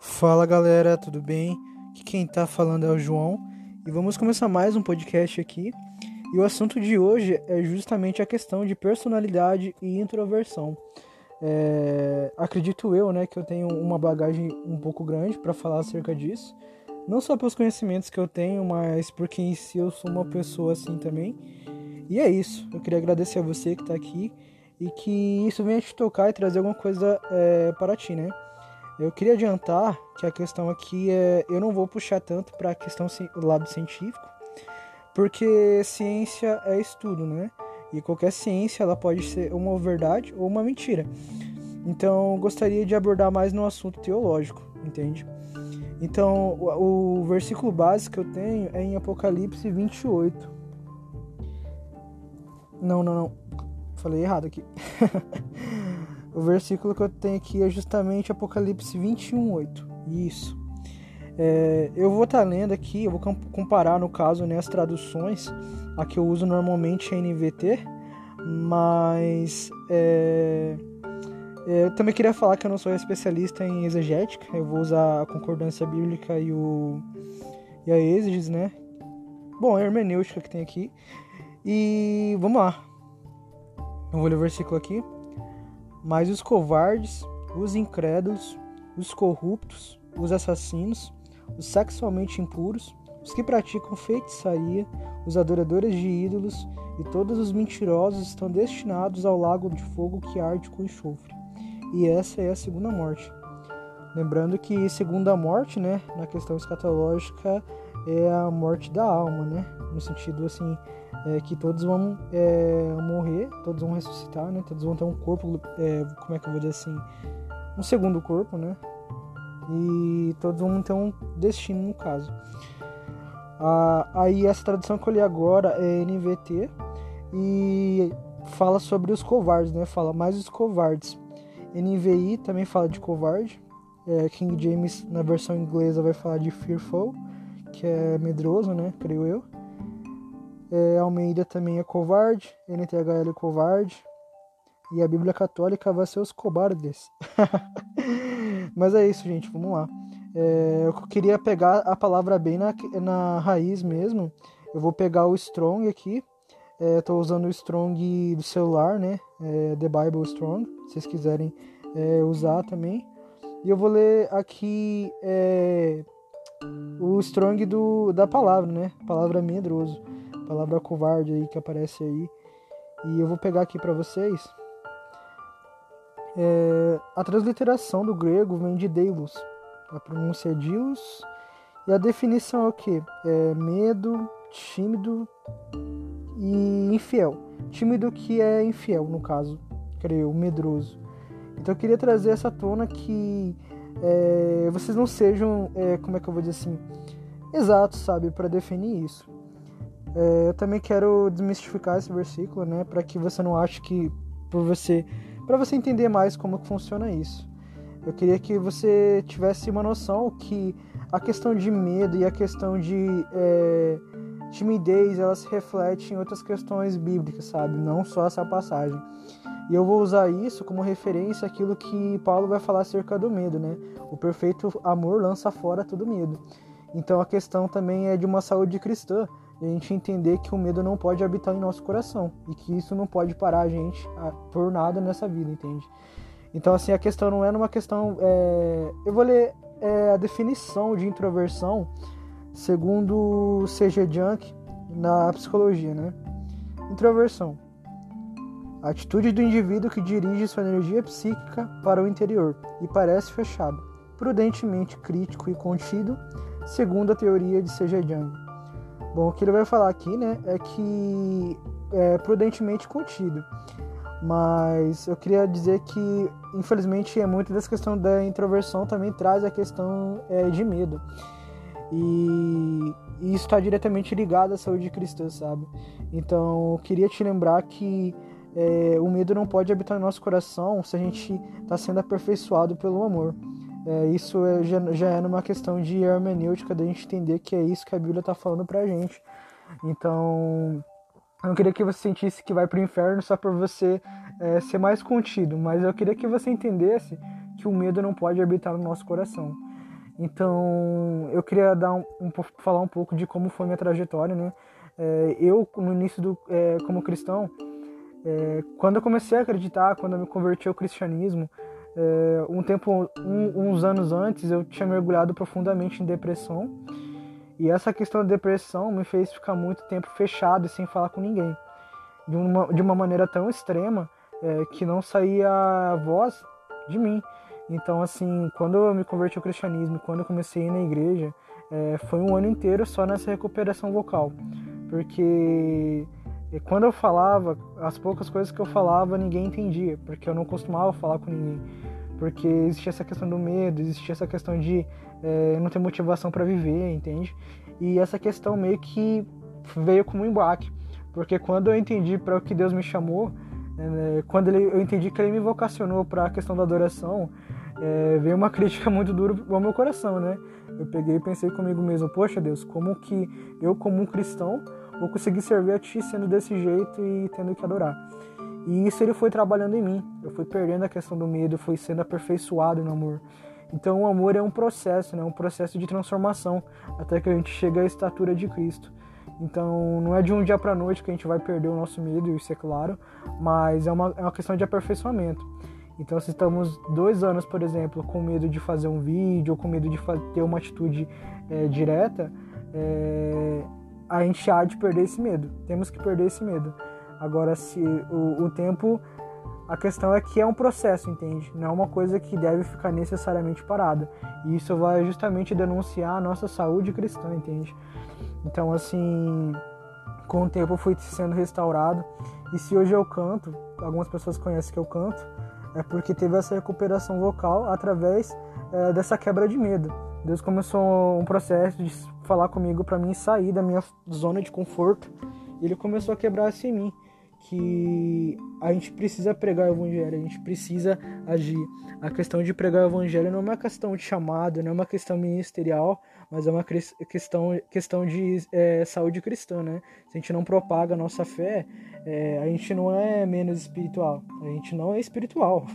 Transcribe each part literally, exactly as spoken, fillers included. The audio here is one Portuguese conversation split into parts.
Fala galera, tudo bem? Aqui quem tá falando é o João e vamos começar mais um podcast aqui. E o assunto de hoje é justamente a questão de personalidade e introversão. É, acredito eu, né, que eu tenho uma bagagem um pouco grande para falar acerca disso. Não só pelos conhecimentos que eu tenho, mas porque em si eu sou uma pessoa assim também. E é isso. Eu queria agradecer a você que tá aqui e que isso venha te tocar e trazer alguma coisa é, para ti, né? Eu queria adiantar que a questão aqui é, eu não vou puxar tanto para a questão do lado científico, porque ciência é estudo, né? E qualquer ciência ela pode ser uma verdade ou uma mentira. Então, eu gostaria de abordar mais no assunto teológico, entende? Então, o, o versículo básico que eu tenho é em Apocalipse vinte e oito. Não, não, não. Falei errado aqui. O versículo que eu tenho aqui é justamente Apocalipse vinte e um, oito. Isso. É, eu vou estar lendo aqui, eu vou comparar no caso, né, as traduções. A que eu uso normalmente é N V T, mas é, é, eu também queria falar que eu não sou especialista em exegética. Eu vou usar a concordância bíblica e, o, e a exeges, né? Bom, a hermenêutica que tem aqui. E vamos lá. Eu vou ler o versículo aqui. Mas os covardes, os incrédulos, os corruptos, os assassinos, os sexualmente impuros, os que praticam feitiçaria, os adoradores de ídolos e todos os mentirosos estão destinados ao lago de fogo que arde com enxofre. E essa é a segunda morte. Lembrando que segunda morte, né, na questão escatológica, é a morte da alma, né? No sentido assim, é, que todos vão é, morrer, todos vão ressuscitar, né? Todos vão ter um corpo, é, como é que eu vou dizer assim, um segundo corpo, né? E todos vão ter um destino no caso. Ah, aí essa tradução que eu li agora é N V T e fala sobre os covardes, né? Fala mais os covardes. N V I também fala de covarde. É, King James na versão inglesa vai falar de fearful, que é medroso, né? Creio eu. É, Almeida também é covarde, N T H L é covarde, e a Bíblia Católica vai ser os cobardes. Mas é isso, gente, vamos lá. É, eu queria pegar a palavra bem na, na raiz mesmo. Eu vou pegar o Strong aqui. Estou usando o Strong do celular, né? É, The Bible Strong, se vocês quiserem é, usar também. E eu vou ler aqui é, o Strong do, da palavra, né? Palavra medroso. Palavra covarde aí que aparece aí. E eu vou pegar aqui para vocês. É, a transliteração do grego vem de deilos. A pronúncia é dilos. E a definição é o quê? É medo, tímido e infiel. Tímido que é infiel, no caso. Creio, medroso. Então eu queria trazer essa tona que é, vocês não sejam, é, como é que eu vou dizer assim, exatos, sabe, para definir isso. É, eu também quero desmistificar esse versículo, né, para que você não ache que por você, para você entender mais como que funciona isso. Eu queria que você tivesse uma noção que a questão de medo e a questão de é, timidez, elas se refletem em outras questões bíblicas, sabe, não só essa passagem. E eu vou usar isso como referência àquilo que Paulo vai falar acerca do medo, né? O perfeito amor lança fora todo medo. Então a questão também é de uma saúde cristã, e a gente entender que o medo não pode habitar em nosso coração e que isso não pode parar a gente por nada nessa vida, entende? Então assim, a questão não é numa questão... É... Eu vou ler é, a definição de introversão segundo C G Jung na psicologia, né? Introversão: a atitude do indivíduo que dirige sua energia psíquica para o interior e parece fechado, prudentemente crítico e contido, segundo a teoria de C G Jung. Bom, o que ele vai falar aqui, né, é que é prudentemente contido. Mas eu queria dizer que, infelizmente, é muito dessa questão da introversão também traz a questão é, de medo. E, e isso está diretamente ligado à saúde cristã, sabe? Então, eu queria te lembrar que É, o medo não pode habitar no nosso coração se a gente está sendo aperfeiçoado pelo amor. É, isso é, já, já é numa questão de hermenêutica, da gente entender que é isso que a Bíblia está falando pra gente. Então, eu não queria que você sentisse que vai pro inferno só por você é, ser mais contido, mas eu queria que você entendesse que o medo não pode habitar no nosso coração. Então, eu queria dar um, um, falar um pouco de como foi minha trajetória, né? É, eu, no início do, é, como cristão, é, quando eu comecei a acreditar, quando eu me converti ao cristianismo, é, um tempo, um, uns anos antes, eu tinha mergulhado profundamente em depressão. E essa questão da depressão me fez ficar muito tempo fechado e sem falar com ninguém. De uma, de uma maneira tão extrema é, que não saía a voz de mim. Então, assim, quando eu me converti ao cristianismo, quando eu comecei a ir na igreja, é, foi um ano inteiro só nessa recuperação vocal. Porque quando eu falava, as poucas coisas que eu falava, ninguém entendia. Porque eu não costumava falar com ninguém. Porque existia essa questão do medo, existia essa questão de é, não ter motivação para viver, entende? E essa questão meio que veio como um embaque. Porque quando eu entendi para o que Deus me chamou, é, quando ele, eu entendi que Ele me vocacionou para a questão da adoração, é, veio uma crítica muito dura ao meu coração, né? Eu peguei e pensei comigo mesmo, poxa Deus, como que eu como um cristão vou conseguir servir a Ti sendo desse jeito e tendo que adorar? E isso Ele foi trabalhando em mim, eu fui perdendo a questão do medo, eu fui sendo aperfeiçoado no amor. Então o amor é um processo, né? Um processo de transformação, até que a gente chega à estatura de Cristo. Então não é de um dia para a noite que a gente vai perder o nosso medo, isso é claro, mas é uma, é uma questão de aperfeiçoamento. Então se estamos dois anos, por exemplo, com medo de fazer um vídeo ou com medo de ter uma atitude é, direta, é, a gente há de perder esse medo, temos que perder esse medo. Agora, se o, o tempo, a questão é que é um processo, entende? Não é uma coisa que deve ficar necessariamente parada. E isso vai justamente denunciar a nossa saúde cristã, entende? Então, assim, com o tempo eu fui sendo restaurado. E se hoje eu canto, algumas pessoas conhecem que eu canto, é porque teve essa recuperação vocal através é, dessa quebra de medo. Deus começou um processo de falar comigo para mim sair da minha zona de conforto. E Ele começou a quebrar isso em mim. Que a gente precisa pregar o evangelho, a gente precisa agir. A questão de pregar o evangelho não é uma questão de chamado, não é uma questão ministerial, mas é uma questão, questão de é, saúde cristã, né? Se a gente não propaga a nossa fé, é, a gente não é menos espiritual, a gente não é espiritual.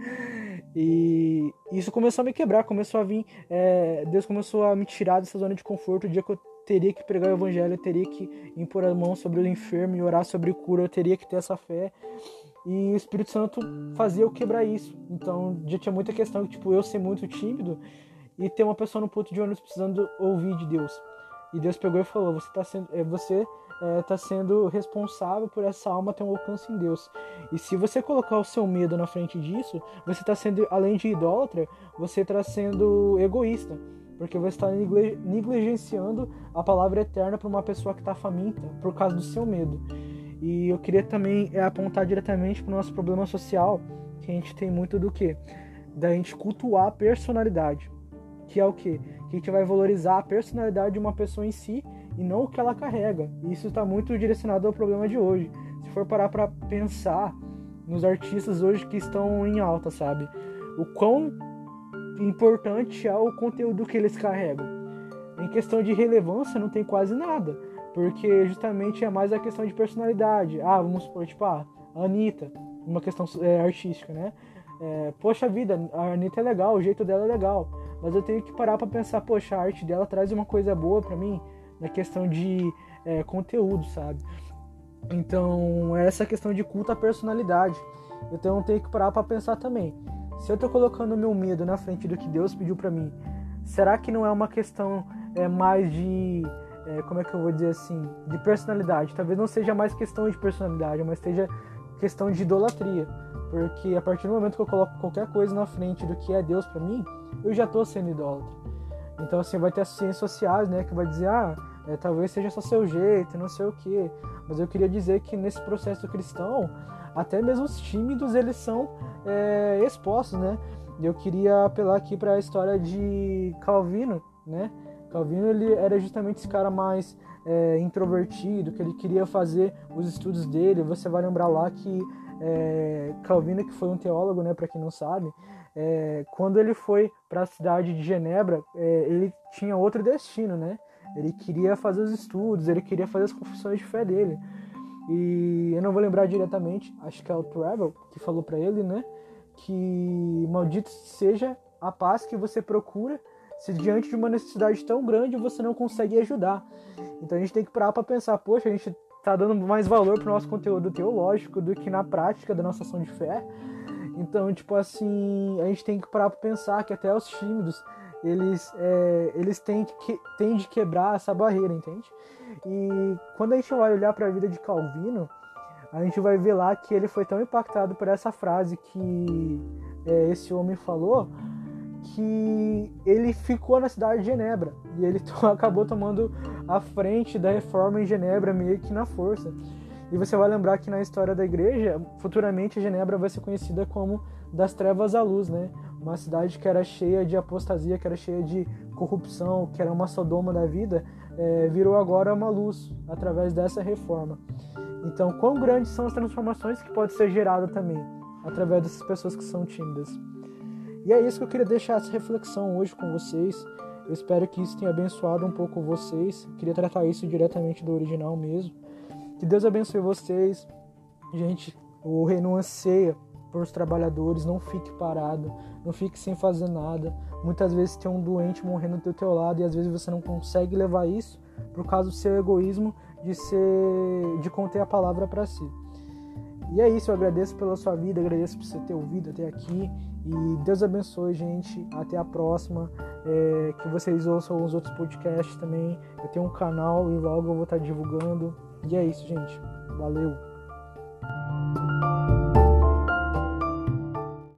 E isso começou a me quebrar, começou a vir, é, Deus começou a me tirar dessa zona de conforto. O dia que eu teria que pregar o evangelho, eu teria que impor a mão sobre o enfermo e orar sobre cura, eu teria que ter essa fé. E o Espírito Santo fazia eu quebrar isso. Então já tinha muita questão de tipo, eu ser muito tímido e ter uma pessoa no ponto de ônibus precisando ouvir de Deus. E Deus pegou e falou, você está sendo, é, você é, tá sendo responsável por essa alma ter um alcance em Deus. E se você colocar o seu medo na frente disso, você está sendo, além de idólatra, você está sendo egoísta. Porque você está negligenciando a palavra eterna para uma pessoa que está faminta por causa do seu medo. E eu queria também apontar diretamente para o nosso problema social, que a gente tem muito do quê? Da gente cultuar a personalidade. Que é o quê? Que a gente vai valorizar a personalidade de uma pessoa em si e não o que ela carrega. E isso está muito direcionado ao problema de hoje. Se for parar para pensar nos artistas hoje que estão em alta, sabe? O quão importante é o conteúdo que eles carregam. Em questão de relevância não tem quase nada, porque justamente é mais a questão de personalidade. Ah, vamos supor, tipo, ah, a Anitta, uma questão é, artística, né? É, poxa vida, a Anitta é legal, o jeito dela é legal, mas eu tenho que parar pra pensar, poxa, a arte dela traz uma coisa boa pra mim, na questão de é, conteúdo, sabe? Então, é essa questão de culto à personalidade. Então eu tenho que parar pra pensar também. Se eu tô colocando o meu medo na frente do que Deus pediu pra mim, será que não é uma questão é, mais de, é, como é que eu vou dizer assim, de personalidade? Talvez não seja mais questão de personalidade, mas seja questão de idolatria. Porque a partir do momento que eu coloco qualquer coisa na frente do que é Deus pra mim, eu já tô sendo idólatra. Então assim, vai ter as ciências sociais, né, que vai dizer, ah, é, talvez seja só seu jeito, não sei o quê. Mas eu queria dizer que nesse processo cristão, até mesmo os tímidos, eles são é, expostos, né? Eu queria apelar aqui para a história de Calvino, né? Calvino, ele era justamente esse cara mais é, introvertido, que ele queria fazer os estudos dele. Você vai lembrar lá que é, Calvino, que foi um teólogo, né? Para quem não sabe, é, quando ele foi para a cidade de Genebra, é, ele tinha outro destino, né? Ele queria fazer os estudos, ele queria fazer as confissões de fé dele. E eu não vou lembrar diretamente, acho que é o Travel que falou pra ele, né? Que maldito seja a paz que você procura se diante de uma necessidade tão grande você não consegue ajudar. Então a gente tem que parar para pensar, poxa, a gente tá dando mais valor pro nosso conteúdo teológico do que na prática da nossa ação de fé. Então, tipo assim, a gente tem que parar para pensar que até os tímidos, eles, é, eles têm, que, têm de quebrar essa barreira, entende? E quando a gente vai olhar para a vida de Calvino, a gente vai ver lá que ele foi tão impactado por essa frase que é, esse homem falou, que ele ficou na cidade de Genebra e ele to- acabou tomando a frente da reforma em Genebra meio que na força. E você vai lembrar que na história da igreja, futuramente Genebra vai ser conhecida como das trevas à luz, né? Uma cidade que era cheia de apostasia, que era cheia de corrupção, que era uma Sodoma da vida, é, virou agora uma luz através dessa reforma. Então, quão grandes são as transformações que podem ser geradas também através dessas pessoas que são tímidas. E é isso que eu queria deixar essa reflexão hoje com vocês. Eu espero que isso tenha abençoado um pouco vocês. Eu queria tratar isso diretamente do original mesmo. Que Deus abençoe vocês. Gente, o reino anseia por os trabalhadores. Não fique parado, não fique sem fazer nada. Muitas vezes tem um doente morrendo do teu lado e às vezes você não consegue levar isso por causa do seu egoísmo de ser, de conter a palavra para si. E é isso, eu agradeço pela sua vida, agradeço por você ter ouvido até aqui. E Deus abençoe, gente. Até a próxima. É, que vocês ouçam os outros podcasts também. Eu tenho um canal e logo eu vou estar divulgando. E é isso, gente. Valeu.